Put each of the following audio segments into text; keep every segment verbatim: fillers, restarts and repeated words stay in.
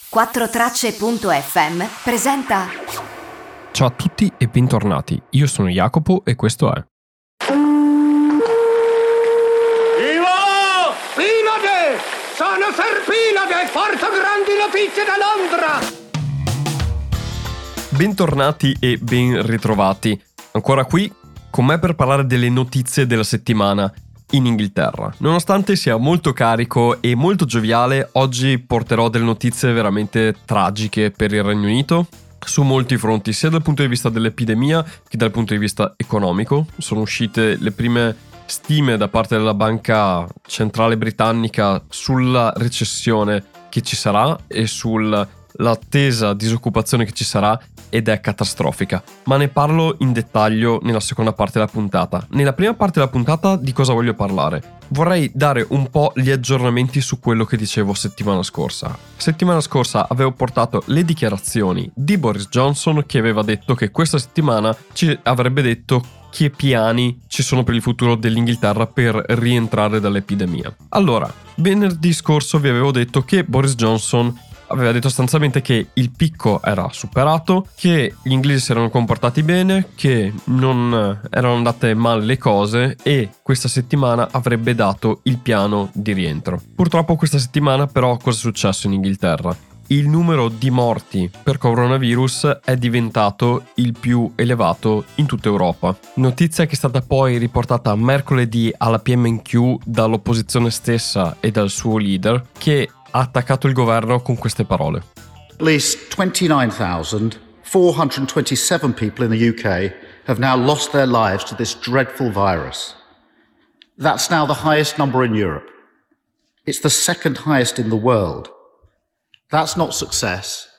quattro tracce punto effe emme presenta. Ciao a tutti e bentornati, io sono Jacopo e questo è Ivo! Pinade! Sono Serpinade! Porto grandi notizie da Londra! Bentornati e ben ritrovati, ancora qui con me per parlare delle notizie della settimana in Inghilterra. Nonostante sia molto carico e molto gioviale, oggi porterò delle notizie veramente tragiche per il Regno Unito su molti fronti, sia dal punto di vista dell'epidemia che dal punto di vista economico. Sono uscite le prime stime da parte della Banca Centrale Britannica sulla recessione che ci sarà e sull'attesa disoccupazione che ci sarà, ed è catastrofica, ma ne parlo in dettaglio nella seconda parte della puntata. Nella prima parte della puntata di cosa voglio parlare? Vorrei dare un po' gli aggiornamenti su quello che dicevo settimana scorsa. Settimana scorsa avevo portato le dichiarazioni di Boris Johnson, che aveva detto che questa settimana ci avrebbe detto che piani ci sono per il futuro dell'Inghilterra per rientrare dall'epidemia. Allora, venerdì scorso vi avevo detto che Boris Johnson aveva detto sostanzialmente che il picco era superato, che gli inglesi si erano comportati bene, che non erano andate male le cose e questa settimana avrebbe dato il piano di rientro. Purtroppo questa settimana però cosa è successo in Inghilterra? Il numero di morti per coronavirus è diventato il più elevato in tutta Europa. Notizia che è stata poi riportata mercoledì alla P M Q dall'opposizione stessa e dal suo leader, che ha attaccato il governo con queste parole. At least twenty-nine thousand four hundred twenty-seven people in the U K have now lost their lives to this dreadful virus. That's now the highest number in Europe. It's the second highest in the world. That's not success.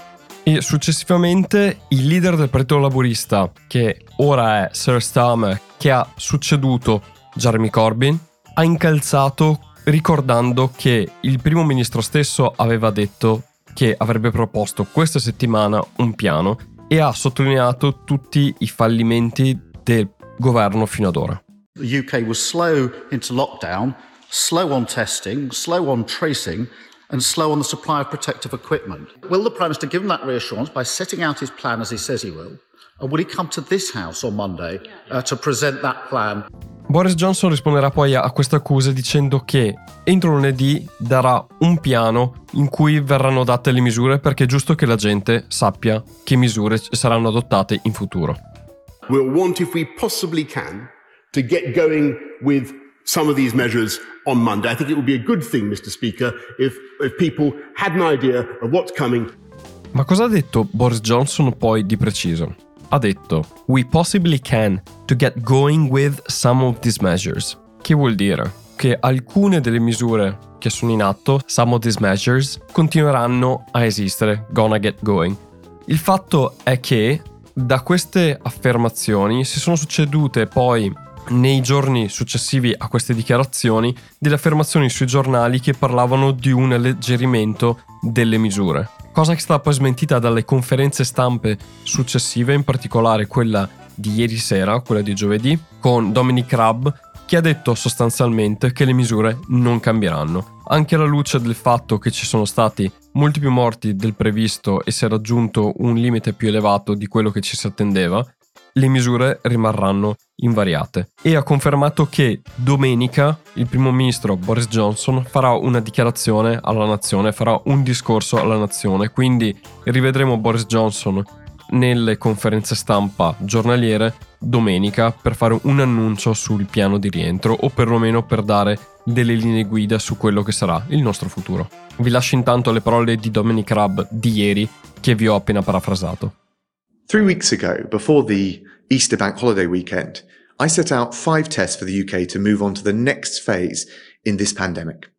E successivamente il leader del Partito Laburista, che ora è Sir Starmer, che ha succeduto Jeremy Corbyn, ha incalzato ricordando che il primo ministro stesso aveva detto che avrebbe proposto questa settimana un piano e ha sottolineato tutti i fallimenti del governo fino ad ora. The U K was slow into lockdown, slow on testing, slow on tracing, and slow on the supply of protective equipment. Will the Prime Minister give him that reassurance by setting out his plan as he says he will? And will he come to this House on Monday uh, to present that plan? Boris Johnson risponderà poi a queste accuse dicendo che entro lunedì darà un piano in cui verranno date le misure, perché è giusto che la gente sappia che misure saranno adottate in futuro. We'll want, if we possibly can, to get going with some of these measures on Monday. I think it would be a good thing, Mister Speaker, if, if people had an idea of what's coming. Ma cosa ha detto Boris Johnson poi di preciso? Ha detto "We possibly can to get going with some of these measures", che vuol dire che alcune delle misure che sono in atto, some of these measures, continueranno a esistere, gonna get going. Il fatto è che da queste affermazioni si sono succedute poi nei giorni successivi a queste dichiarazioni delle affermazioni sui giornali che parlavano di un alleggerimento delle misure, cosa che è stata poi smentita dalle conferenze stampe successive, in particolare quella di ieri sera, quella di giovedì, con Dominic Raab, che ha detto sostanzialmente che le misure non cambieranno. Anche alla luce del fatto che ci sono stati molti più morti del previsto e si è raggiunto un limite più elevato di quello che ci si attendeva, le misure rimarranno invariate. E ha confermato che domenica il primo ministro Boris Johnson farà una dichiarazione alla nazione, farà un discorso alla nazione, quindi rivedremo Boris Johnson nelle conferenze stampa giornaliere domenica per fare un annuncio sul piano di rientro, o perlomeno per dare delle linee guida su quello che sarà il nostro futuro. Vi lascio intanto le parole di Dominic Raab di ieri, che vi ho appena parafrasato. Three weeks ago, before the Easter bank holiday weekend, I set out five tests for the U K to move on to the next phase in this pandemic.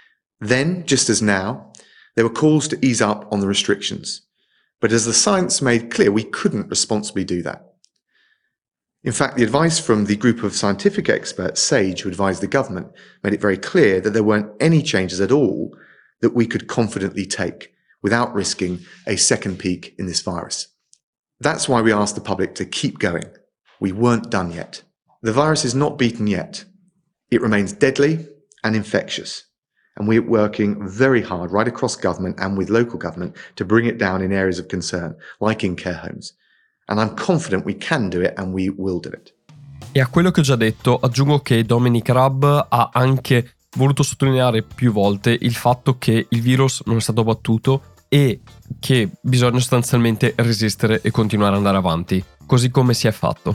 Then, just as now, there were calls to ease up on the restrictions. But as the science made clear, we couldn't responsibly do that. In fact, the advice from the group of scientific experts, SAGE, who advised the government, made it very clear that there weren't any changes at all that we could confidently take without risking a second peak in this virus. That's why we asked the public to keep going. We weren't done yet. The virus is not beaten yet. It remains deadly and infectious. And we're working very hard right across government and with local government to bring it down in areas of concern, like in care homes. And I'm confident we can do it and we will do it. E a quello che ho già detto aggiungo che Dominic Raab ha anche voluto sottolineare più volte il fatto che il virus non è stato battuto e che bisogna sostanzialmente resistere e continuare ad andare avanti, così come si è fatto.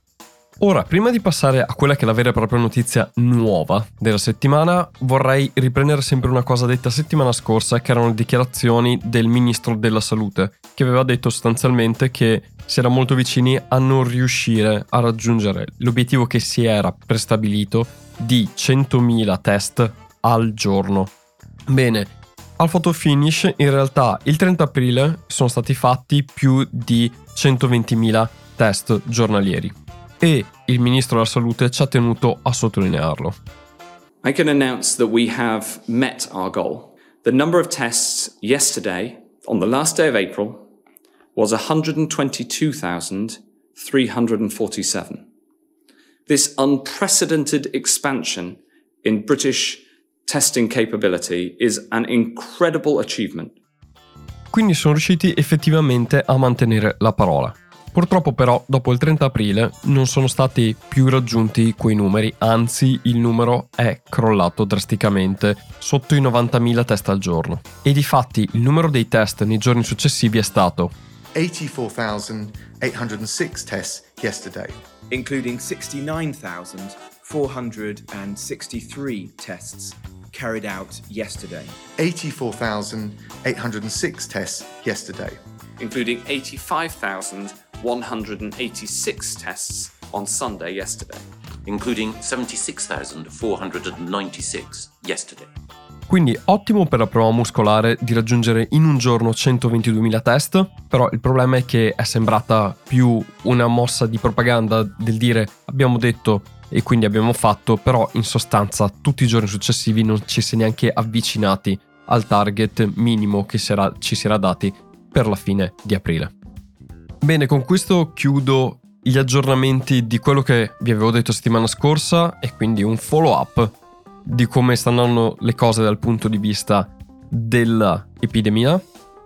Ora, prima di passare a quella che è la vera e propria notizia nuova della settimana, vorrei riprendere sempre una cosa detta settimana scorsa, che erano le dichiarazioni del ministro della salute, che aveva detto sostanzialmente che si era molto vicini a non riuscire a raggiungere l'obiettivo che si era prestabilito di centomila test al giorno. Bene, al photo finish in realtà il trenta aprile sono stati fatti più di centoventimila test giornalieri. E il ministro della salute ci ha tenuto a sottolinearlo. I can announce that we have met our goal. The number of tests yesterday, on the last day of April, was one hundred twenty-two thousand three hundred forty-seven. This unprecedented expansion in British testing capability is an incredible achievement. Quindi sono riusciti effettivamente a mantenere la parola. Purtroppo però dopo il trenta aprile non sono stati più raggiunti quei numeri, anzi il numero è crollato drasticamente sotto i novantamila test al giorno. E difatti il numero dei test nei giorni successivi è stato eighty-four thousand eight hundred six tests yesterday, including sixty-nine thousand four hundred sixty-three tests carried out yesterday. eighty-four thousand eight hundred six tests yesterday, including eighty-five thousand one hundred eighty-six tests on Sunday yesterday, including seventy-six thousand four hundred ninety-six yesterday. Quindi ottimo per la prova muscolare di raggiungere in un giorno centoventiduemila test, però il problema è che è sembrata più una mossa di propaganda del dire abbiamo detto e quindi abbiamo fatto, però in sostanza tutti i giorni successivi non ci si è neanche avvicinati al target minimo che si era, ci si era dati per la fine di aprile. Bene, con questo chiudo gli aggiornamenti di quello che vi avevo detto settimana scorsa e quindi un follow up di come stanno andando le cose dal punto di vista dell'epidemia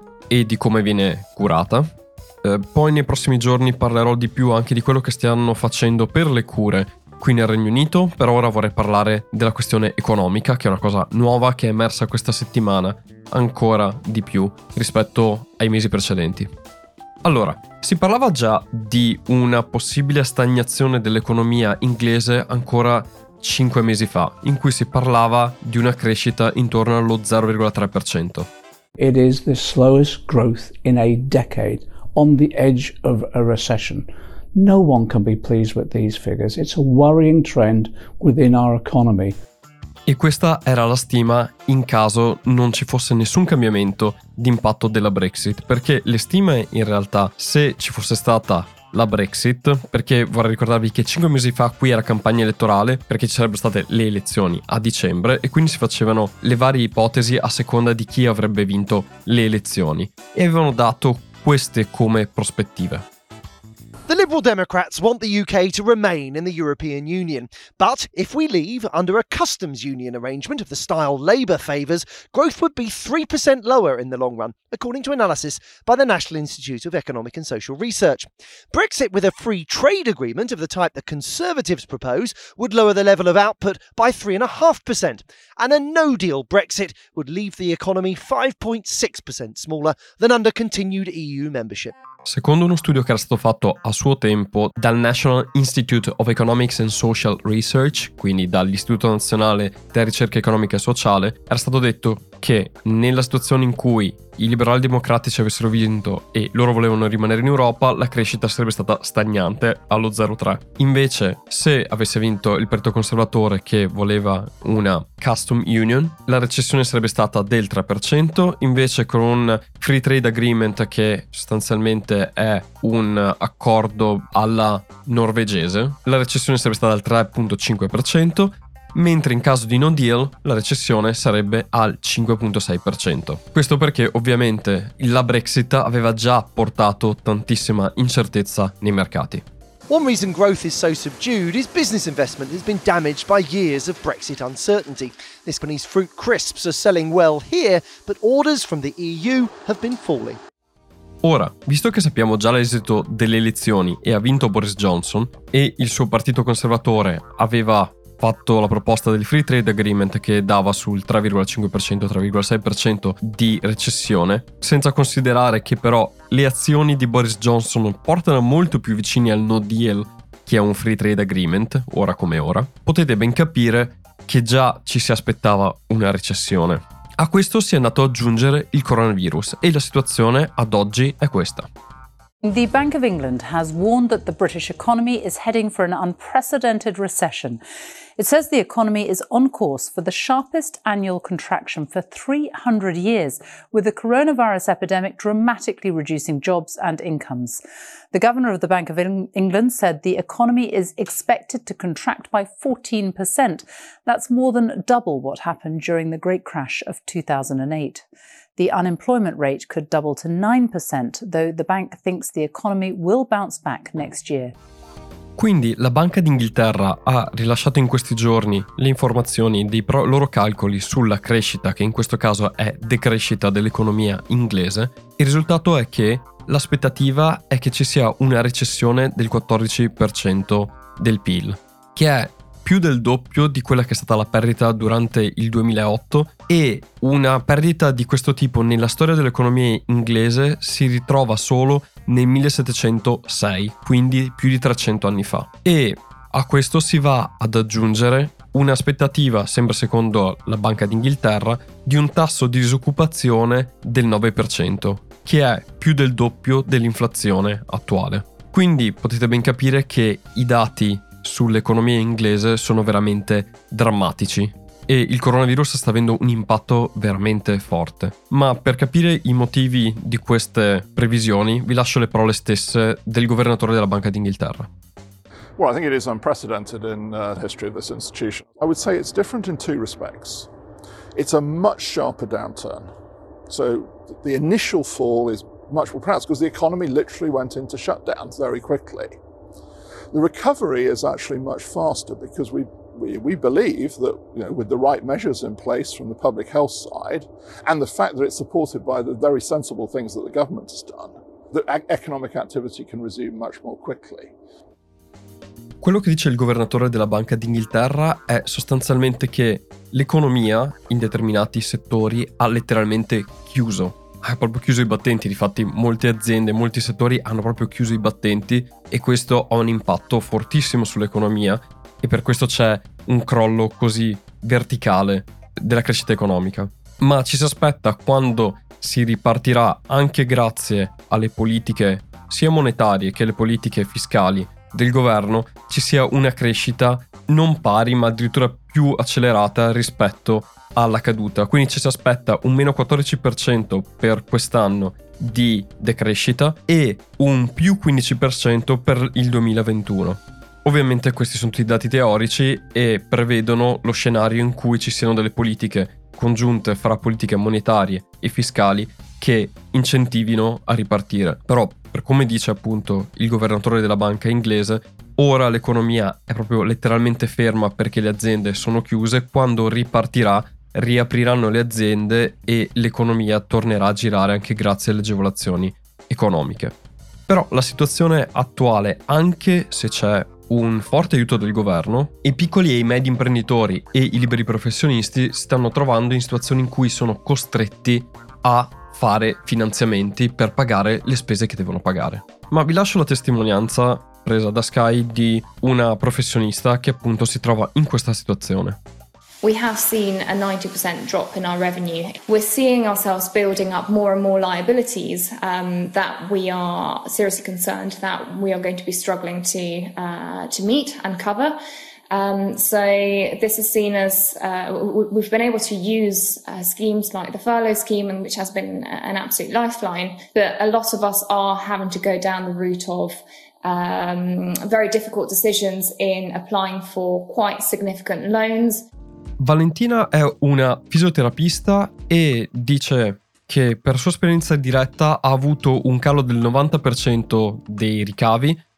e di come viene curata. Eh, poi nei prossimi giorni parlerò di più anche di quello che stiano facendo per le cure qui nel Regno Unito. Per ora vorrei parlare della questione economica, che è una cosa nuova che è emersa questa settimana ancora di più rispetto ai mesi precedenti. Allora, si parlava già di una possibile stagnazione dell'economia inglese ancora cinque mesi fa, in cui si parlava di una crescita intorno allo zero virgola tre per cento. It is the slowest growth in a decade, on the edge of a recession. No one can be pleased with these figures. It's a worrying trend within our economy. E questa era la stima in caso non ci fosse nessun cambiamento di impatto della Brexit, perché le stime in realtà, se ci fosse stata la Brexit, perché vorrei ricordarvi che cinque mesi fa qui era campagna elettorale, perché ci sarebbero state le elezioni a dicembre e quindi si facevano le varie ipotesi a seconda di chi avrebbe vinto le elezioni e avevano dato queste come prospettive. The Liberal Democrats want the U K to remain in the European Union. But if we leave under a customs union arrangement of the style Labour favours, growth would be three percent lower in the long run, according to analysis by the National Institute of Economic and Social Research. Brexit with a free trade agreement of the type the Conservatives propose would lower the level of output by three point five percent. And a no-deal Brexit would leave the economy five point six percent smaller than under continued E U membership. Secondo uno studio che era stato fatto a suo tempo dal National Institute of Economics and Social Research, quindi dall'Istituto Nazionale della Ricerca Economica e Sociale, era stato detto che nella situazione in cui i liberali democratici avessero vinto e loro volevano rimanere in Europa, la crescita sarebbe stata stagnante allo zero virgola tre. Invece, se avesse vinto il partito conservatore che voleva una custom union, la recessione sarebbe stata del tre per cento. Invece con un free trade agreement, che sostanzialmente è un accordo alla norvegese, la recessione sarebbe stata al tre virgola cinque per cento. Mentre in caso di no deal la recessione sarebbe al cinque virgola sei per cento. Questo perché ovviamente la Brexit aveva già portato tantissima incertezza nei mercati. One reason growth is so subdued is business investment has been damaged by years of Brexit uncertainty. This company's fruit crisps are selling well here, but orders from the E U have been falling. Ora, visto che sappiamo già l'esito delle elezioni e ha vinto Boris Johnson e il suo partito conservatore aveva fatto la proposta del Free Trade Agreement che dava sul tre virgola cinque per cento tre virgola sei per cento di recessione, senza considerare che però le azioni di Boris Johnson portano molto più vicini al no deal che a un Free Trade Agreement, ora come ora, potete ben capire che già ci si aspettava una recessione. A questo si è andato ad aggiungere il coronavirus e la situazione ad oggi è questa. The Bank of England has warned that the British economy is heading for an unprecedented recession. It says the economy is on course for the sharpest annual contraction for three hundred years, with the coronavirus epidemic dramatically reducing jobs and incomes. The governor of the Bank of England said the economy is expected to contract by fourteen percent. That's more than double what happened during the Great Crash of two thousand eight. The unemployment rate could double to nine percent, though the bank thinks the economy will bounce back next year. Quindi la Banca d'Inghilterra ha rilasciato in questi giorni le informazioni dei pro- loro calcoli sulla crescita, che in questo caso è decrescita dell'economia inglese. Il risultato è che l'aspettativa è che ci sia una recessione del quattordici per cento del P I L, che è più del doppio di quella che è stata la perdita durante il duemilaotto, e una perdita di questo tipo nella storia dell'economia inglese si ritrova solo nel millesettecentosei, quindi più di trecento anni fa. E a questo si va ad aggiungere un'aspettativa, sempre secondo la Banca d'Inghilterra, di un tasso di disoccupazione del nove per cento, che è più del doppio dell'inflazione attuale. Quindi potete ben capire che i dati sull'economia inglese sono veramente drammatici e il coronavirus sta avendo un impatto veramente forte. Ma per capire i motivi di queste previsioni vi lascio le parole stesse del governatore della Banca d'Inghilterra. Well, I think it is unprecedented in uh, the history of this institution. I would say it's different in two respects. It's a much sharper downturn. So the initial fall is much more pronounced because the economy literally went into shutdown very quickly. The recovery is actually much faster because we, we, we believe that, you know, with the right measures in place from the public health side and the fact that it's supported by the very sensible things that the government has done, that economic activity can resume much more quickly. Quello che dice il governatore della Banca d'Inghilterra è sostanzialmente che l'economia in determinati settori ha letteralmente chiuso. Ha proprio chiuso i battenti, difatti molte aziende, molti settori hanno proprio chiuso i battenti e questo ha un impatto fortissimo sull'economia e per questo c'è un crollo così verticale della crescita economica. Ma ci si aspetta, quando si ripartirà anche grazie alle politiche sia monetarie che alle politiche fiscali del governo, ci sia una crescita non pari ma addirittura più accelerata rispetto alla caduta. Quindi ci si aspetta un meno quattordici per cento per quest'anno di decrescita e un più quindici per cento per il duemilaventuno. Ovviamente questi sono tutti dati teorici e prevedono lo scenario in cui ci siano delle politiche congiunte fra politiche monetarie e fiscali che incentivino a ripartire. Però, per come dice appunto il governatore della banca inglese, ora l'economia è proprio letteralmente ferma perché le aziende sono chiuse. Quando ripartirà, riapriranno le aziende e l'economia tornerà a girare anche grazie alle agevolazioni economiche. Però la situazione attuale, anche se c'è un forte aiuto del governo, i piccoli e i medi imprenditori e i liberi professionisti si stanno trovando in situazioni in cui sono costretti a fare finanziamenti per pagare le spese che devono pagare. Ma vi lascio la testimonianza presa da Sky di una professionista che appunto si trova in questa situazione. We have seen a ninety percent drop in our revenue. We're seeing ourselves building up more and more liabilities um, that we are seriously concerned that we are going to be struggling to uh, to meet and cover. Um, so this is seen as uh, we've been able to use uh, schemes like the furlough scheme, and which has been an absolute lifeline. But a lot of us are having to go down the route of um, very difficult decisions in applying for quite significant loans. Valentina è una fisioterapista e dice che per sua esperienza diretta ha avuto un calo del novanta per cento dei ricavi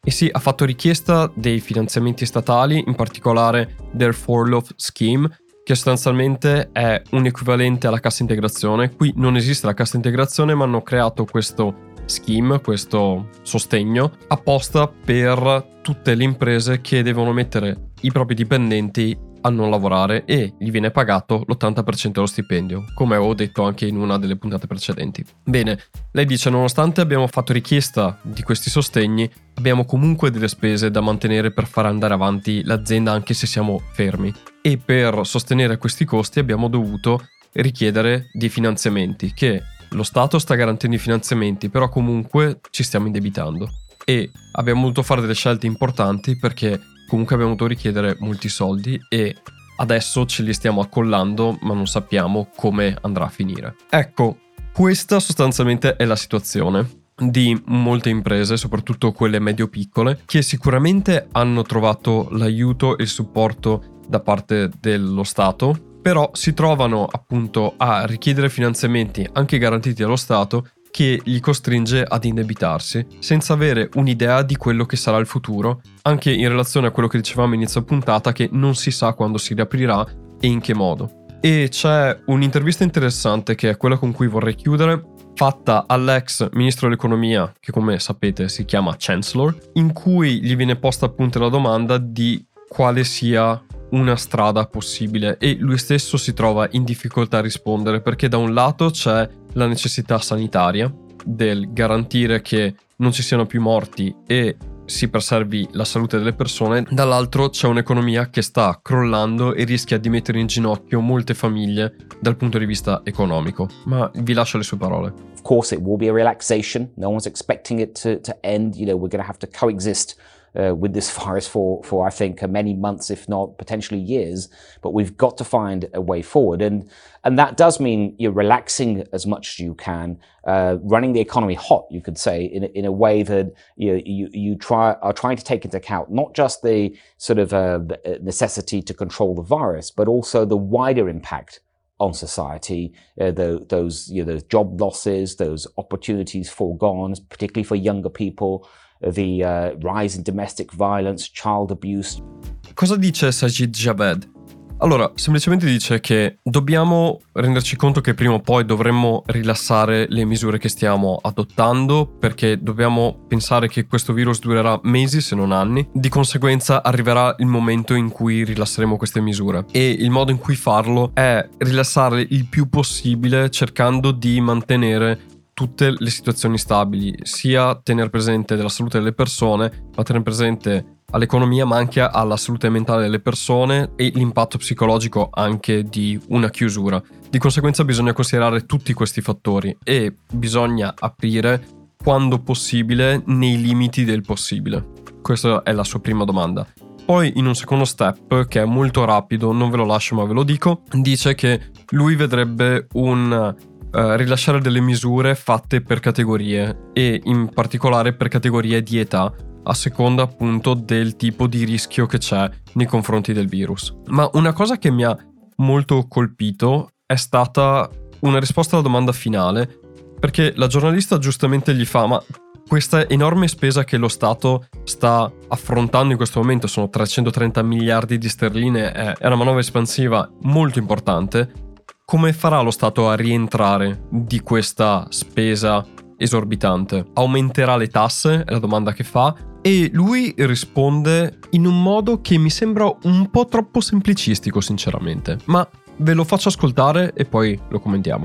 E sì, ha fatto richiesta dei finanziamenti statali, in particolare del Furlough Scheme, che sostanzialmente è un equivalente alla cassa integrazione. Qui non esiste la cassa integrazione, ma hanno creato questo scheme, questo sostegno apposta per tutte le imprese che devono mettere i propri dipendenti a non lavorare e gli viene pagato l'ottanta per cento dello stipendio, come avevo detto anche in una delle puntate precedenti. Bene, lei dice: nonostante abbiamo fatto richiesta di questi sostegni, abbiamo comunque delle spese da mantenere per far andare avanti l'azienda anche se siamo fermi, e per sostenere questi costi abbiamo dovuto richiedere dei finanziamenti, che lo Stato sta garantendo i finanziamenti, però comunque ci stiamo indebitando e abbiamo dovuto fare delle scelte importanti perché comunque abbiamo dovuto richiedere molti soldi e adesso ce li stiamo accollando, ma non sappiamo come andrà a finire. Ecco, questa sostanzialmente è la situazione di molte imprese, soprattutto quelle medio-piccole, che sicuramente hanno trovato l'aiuto e il supporto da parte dello Stato, però si trovano appunto a richiedere finanziamenti anche garantiti dallo Stato, che gli costringe ad indebitarsi senza avere un'idea di quello che sarà il futuro, anche in relazione a quello che dicevamo inizio puntata, che non si sa quando si riaprirà e in che modo. E c'è un'intervista interessante, che è quella con cui vorrei chiudere, fatta all'ex ministro dell'economia, che come sapete si chiama Chancellor, in cui gli viene posta appunto la domanda di quale sia una strada possibile e lui stesso si trova in difficoltà a rispondere, perché da un lato c'è la necessità sanitaria del garantire che non ci siano più morti e si preservi la salute delle persone, dall'altro c'è un'economia che sta crollando e rischia di mettere in ginocchio molte famiglie dal punto di vista economico. Ma vi lascio le sue parole. Of course it will be a relaxation. No one's expecting it to, to end. You know, we're going to have to coexist Uh, with this virus for, for I think, uh, many months, if not potentially years. But we've got to find a way forward. And and that does mean you're relaxing as much as you can, uh, running the economy hot, you could say, in, in a way that you, you, you try are trying to take into account not just the sort of uh, necessity to control the virus, but also the wider impact on society, uh, the, those, you know, those job losses, those opportunities foregone, particularly for younger people, the uh, rise in domestic violence, child abuse. Cosa dice Sajid Javid? Allora, semplicemente dice che dobbiamo renderci conto che prima o poi dovremmo rilassare le misure che stiamo adottando, perché dobbiamo pensare che questo virus durerà mesi se non anni. Di conseguenza arriverà il momento in cui rilasseremo queste misure e il modo in cui farlo è rilassare il più possibile, cercando di mantenere tutte le situazioni stabili, sia tenere presente della salute delle persone, ma tenere presente all'economia, ma anche alla salute mentale delle persone e l'impatto psicologico anche di una chiusura. Di conseguenza bisogna considerare tutti questi fattori e bisogna aprire quando possibile, nei limiti del possibile. Questa è la sua prima domanda. Poi in un secondo step, che è molto rapido, non ve lo lascio ma ve lo dico, dice che lui vedrebbe un Uh, rilasciare delle misure fatte per categorie e in particolare per categorie di età, a seconda appunto del tipo di rischio che c'è nei confronti del virus. Ma una cosa che mi ha molto colpito è stata una risposta alla domanda finale, perché la giornalista giustamente gli fa: ma questa enorme spesa che lo Stato sta affrontando in questo momento, sono trecentotrenta miliardi di sterline, è, è una manovra espansiva molto importante, come farà lo Stato a rientrare di questa spesa esorbitante? Aumenterà le tasse? È la domanda che fa. E lui risponde in un modo che mi sembra un po' troppo semplicistico, sinceramente. Ma ve lo faccio ascoltare e poi lo commentiamo.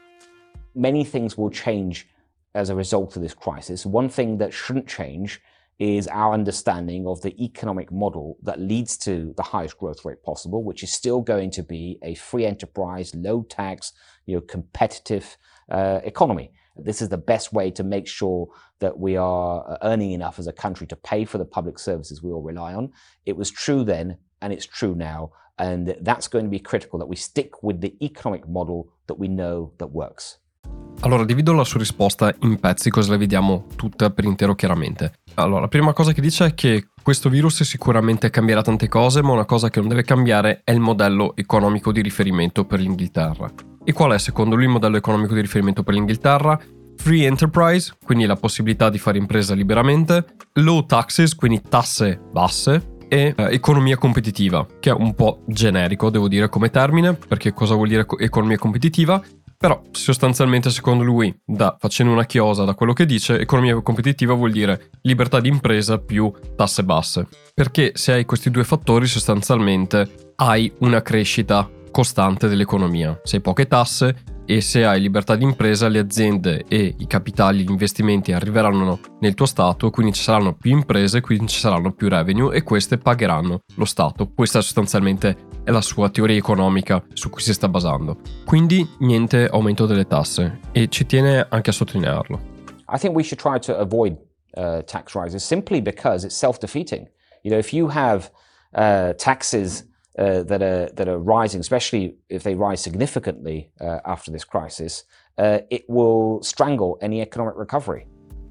Many things will change as a result of this crisis. One thing that shouldn't change is our understanding of the economic model that leads to the highest growth rate possible, which is still going to be a free enterprise, low tax, you know, competitive uh, economy. This is the best way to make sure that we are earning enough as a country to pay for the public services we all rely on. It was true then, and it's true now, and that's going to be critical that we stick with the economic model that we know that works. Allora, divido la sua risposta in pezzi, così la vediamo tutta per intero chiaramente. Allora, la prima cosa che dice è che questo virus sicuramente cambierà tante cose, ma una cosa che non deve cambiare è il modello economico di riferimento per l'Inghilterra. E qual è secondo lui il modello economico di riferimento per l'Inghilterra? free enterprise, quindi la possibilità di fare impresa liberamente, low taxes, quindi tasse basse, e eh, economia competitiva, che è un po' generico, devo dire, come termine, perché cosa vuol dire economia competitiva? Però sostanzialmente, secondo lui, da, facendo una chiosa da quello che dice, economia competitiva vuol dire libertà di impresa più tasse basse. Perché se hai questi due fattori, sostanzialmente hai una crescita costante dell'economia. Se hai poche tasse e se hai libertà di impresa, le aziende e i capitali, gli investimenti arriveranno nel tuo stato, quindi ci saranno più imprese, quindi ci saranno più revenue e queste pagheranno lo stato. Questa sostanzialmente è la sua teoria economica su cui si sta basando. Quindi niente aumento delle tasse, e ci tiene anche a sottolinearlo. I think we should try to avoid uh, tax rises simply because it's self-defeating. You know, if you have uh, taxes Uh, that are that are rising, especially if they rise significantly uh, after this crisis, uh, it will strangle any economic recovery.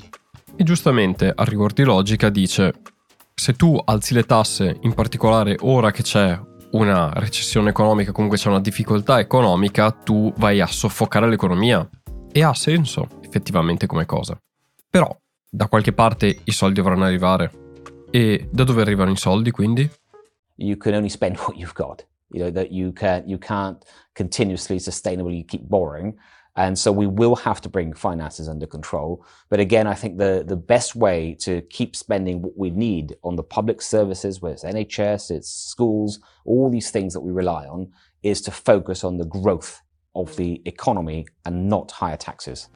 E giustamente, a rigor di logica, dice: se tu alzi le tasse, in particolare ora che c'è una recessione economica, comunque c'è una difficoltà economica, tu vai a soffocare l'economia. E ha senso, effettivamente, come cosa. Però, da qualche parte i soldi dovranno arrivare. E da dove arrivano i soldi, quindi? You can only spend what you've got. You know, that you can you can't continuously sustainably keep borrowing, and so we will have to bring finances under control. But again, I think the the best way to keep spending what we need on the public services, whether it's N H S, it's schools, all these things that we rely on, is to focus on the growth of the economy and not higher taxes.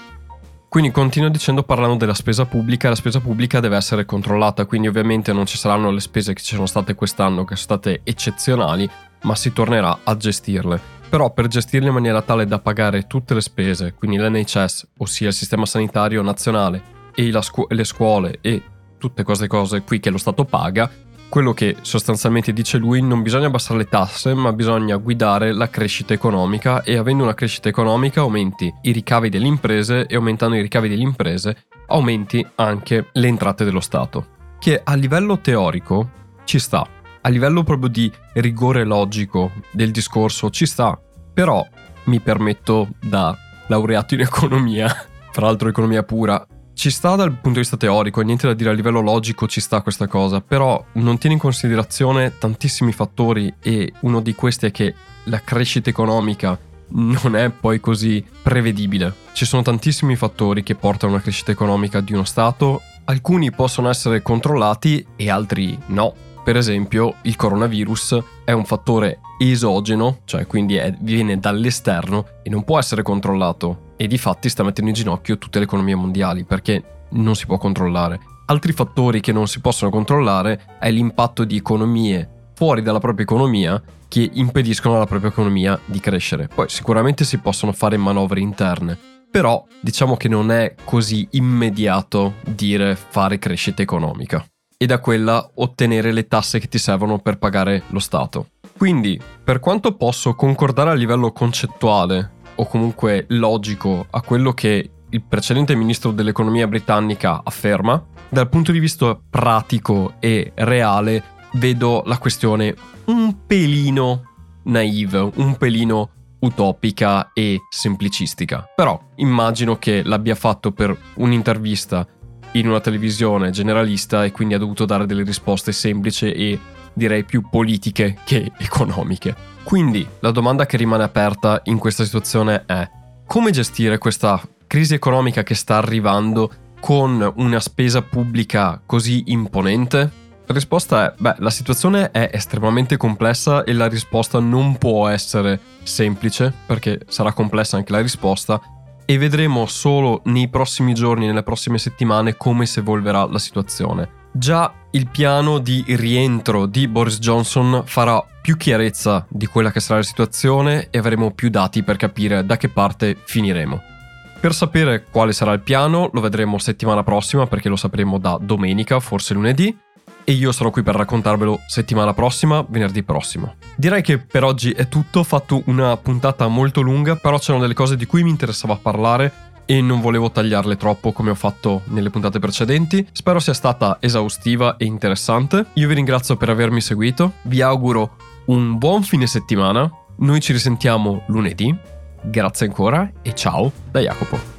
Quindi continua dicendo, parlando della spesa pubblica, la spesa pubblica deve essere controllata, quindi ovviamente non ci saranno le spese che ci sono state quest'anno, che sono state eccezionali, ma si tornerà a gestirle. Però per gestirle in maniera tale da pagare tutte le spese, quindi l'N H S, ossia il sistema sanitario nazionale, e la scu- le scuole e tutte queste cose qui che lo Stato paga, quello che sostanzialmente dice lui, non bisogna abbassare le tasse, ma bisogna guidare la crescita economica, e avendo una crescita economica aumenti i ricavi delle imprese, e aumentando i ricavi delle imprese aumenti anche le entrate dello Stato. Che a livello teorico ci sta, a livello proprio di rigore logico del discorso ci sta, però mi permetto, da laureato in economia, fra l'altro economia pura, ci sta dal punto di vista teorico, niente da dire, a livello logico ci sta questa cosa, però non tiene in considerazione tantissimi fattori, e uno di questi è che la crescita economica non è poi così prevedibile. Ci sono tantissimi fattori che portano a una crescita economica di uno Stato, alcuni possono essere controllati e altri no. Per esempio, il coronavirus è un fattore esogeno, cioè quindi è, viene dall'esterno e non può essere controllato, e di fatti sta mettendo in ginocchio tutte le economie mondiali perché non si può controllare. Altri fattori che non si possono controllare è l'impatto di economie fuori dalla propria economia che impediscono alla propria economia di crescere. Poi sicuramente si possono fare manovre interne, però diciamo che non è così immediato dire fare crescita economica e da quella ottenere le tasse che ti servono per pagare lo Stato. Quindi, per quanto posso concordare a livello concettuale o comunque logico a quello che il precedente ministro dell'economia britannica afferma, dal punto di vista pratico e reale vedo la questione un pelino naive, un pelino utopica e semplicistica. Però immagino che l'abbia fatto per un'intervista in una televisione generalista e quindi ha dovuto dare delle risposte semplici e direi più politiche che economiche. Quindi la domanda che rimane aperta in questa situazione è: come gestire questa crisi economica che sta arrivando con una spesa pubblica così imponente? La risposta è, beh, la situazione è estremamente complessa e la risposta non può essere semplice, perché sarà complessa anche la risposta, e vedremo solo nei prossimi giorni, nelle prossime settimane, come si evolverà la situazione. Già il piano di rientro di Boris Johnson farà più chiarezza di quella che sarà la situazione e avremo più dati per capire da che parte finiremo. Per sapere quale sarà il piano lo vedremo settimana prossima, perché lo sapremo da domenica, forse lunedì, e io sarò qui per raccontarvelo settimana prossima, venerdì prossimo. Direi che per oggi è tutto, ho fatto una puntata molto lunga, però c'erano delle cose di cui mi interessava parlare e non volevo tagliarle troppo come ho fatto nelle puntate precedenti. Spero sia stata esaustiva e interessante. Io vi ringrazio per avermi seguito, vi auguro un buon fine settimana, noi ci risentiamo lunedì, grazie ancora e ciao da Jacopo.